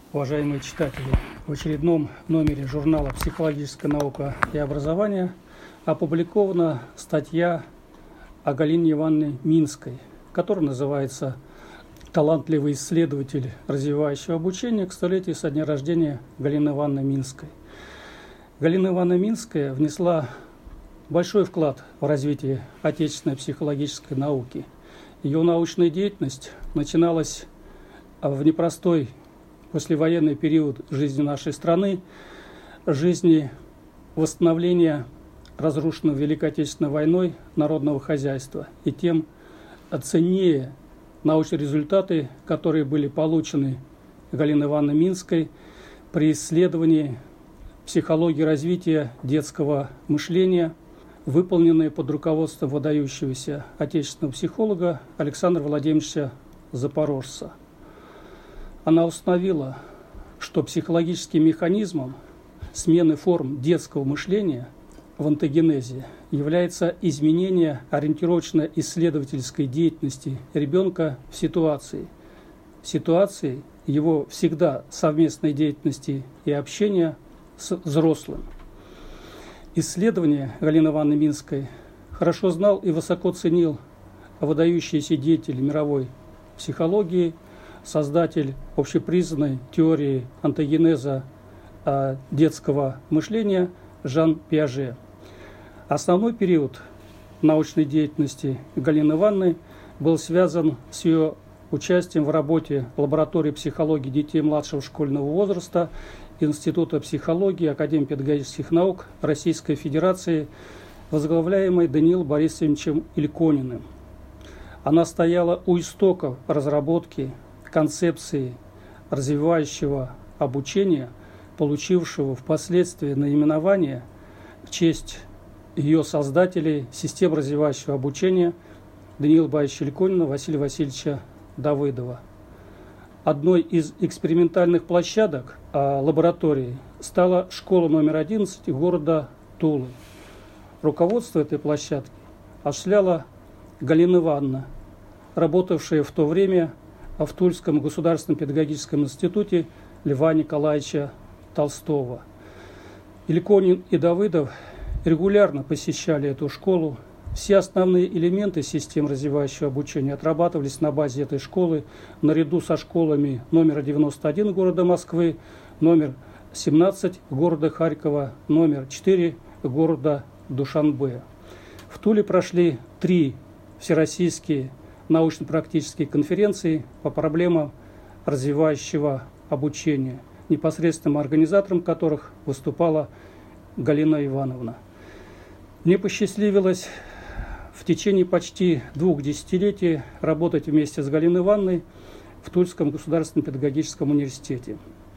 Уважаемые читатели, в очередном номере журнала «Психологическая наука и образование» опубликована статья о Галине Ивановне Минской, которая называется «Талантливый исследователь развивающего обучения к столетию со дня рождения Галины Ивановны Минской». Галина Ивановна Минская внесла большой вклад в развитие отечественной психологической науки. Ее научная деятельность начиналась в непростой послевоенный период жизни нашей страны, жизни восстановления разрушенного Великой Отечественной войной народного хозяйства, и тем ценнее научные результаты, которые были получены Галиной Ивановной Минской при исследовании психологии развития детского мышления, выполненные под руководством выдающегося отечественного психолога Александра Владимировича Запорожца. Она установила, что психологическим механизмом смены форм детского мышления в онтогенезе является изменение ориентировочно-исследовательской деятельности ребенка в ситуации его всегда совместной деятельности и общения с взрослым. Исследования Галины Ивановны Минской хорошо знал и высоко ценил выдающийся деятель мировой психологии, создатель общепризнанной теории онтогенеза детского мышления Жан Пиаже. Основной период научной деятельности Галины Ивановны был связан с ее участием в работе лаборатории психологии детей младшего школьного возраста Института психологии Академии педагогических наук Российской Федерации, возглавляемой Даниилом Борисовичем Илькониным. Она стояла у истоков разработки концепции развивающего обучения, получившего впоследствии наименование в честь ее создателей систем развивающего обучения Даниила Борисовича Ильконина, Василия Васильевича Давыдова. Одной из экспериментальных площадок лаборатории стала школа номер 11 города Тулы. Руководство этой площадки осуществляла Галина Ивановна, работавшая в то время в Тульском государственном педагогическом институте Льва Николаевича Толстого. Ильконин и Давыдов регулярно посещали эту школу. Все основные элементы систем развивающего обучения отрабатывались на базе этой школы наряду со школами номер 91 города Москвы, номер 17 города Харькова, номер 4 города Душанбе. В Туле прошли 3 всероссийские научно-практические конференции по проблемам развивающего обучения, непосредственным организатором которых выступала Галина Ивановна. Мне посчастливилось в течение почти 2 десятилетий работать вместе с Галиной Ивановной в Тульском государственном педагогическом университете.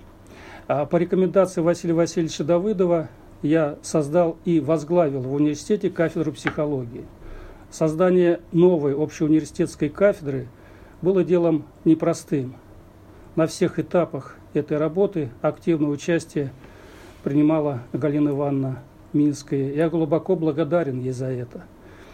По рекомендации Василия Васильевича Давыдова я создал и возглавил в университете кафедру психологии. Создание новой общеуниверситетской кафедры было делом непростым. На всех этапах этой работы активное участие принимала Галина Ивановна Минская. Я глубоко благодарен ей за это.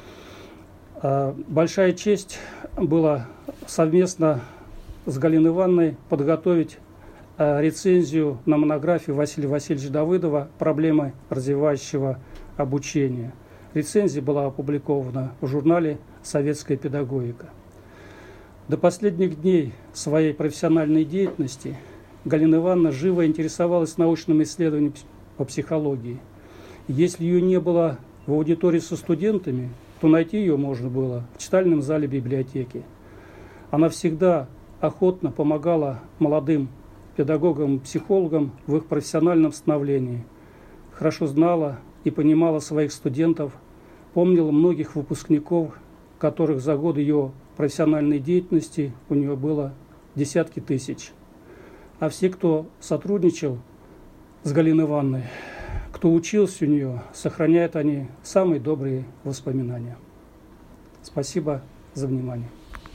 Большая честь была совместно с Галиной Ивановной подготовить рецензию на монографию Василия Васильевича Давыдова «Проблемы развивающего обучения». Рецензия была опубликована в журнале «Советская педагогика». До последних дней своей профессиональной деятельности Галина Ивановна живо интересовалась научным исследованием по психологии. Если ее не было в аудитории со студентами, то найти ее можно было в читальном зале библиотеки. Она всегда охотно помогала молодым педагогам и психологам в их профессиональном становлении, хорошо знала и понимала своих студентов, помнила многих выпускников, которых за годы ее профессиональной деятельности у нее было десятки тысяч. А все, кто сотрудничал с Галиной Ивановной, кто учился у нее, сохраняют они самые добрые воспоминания. Спасибо за внимание.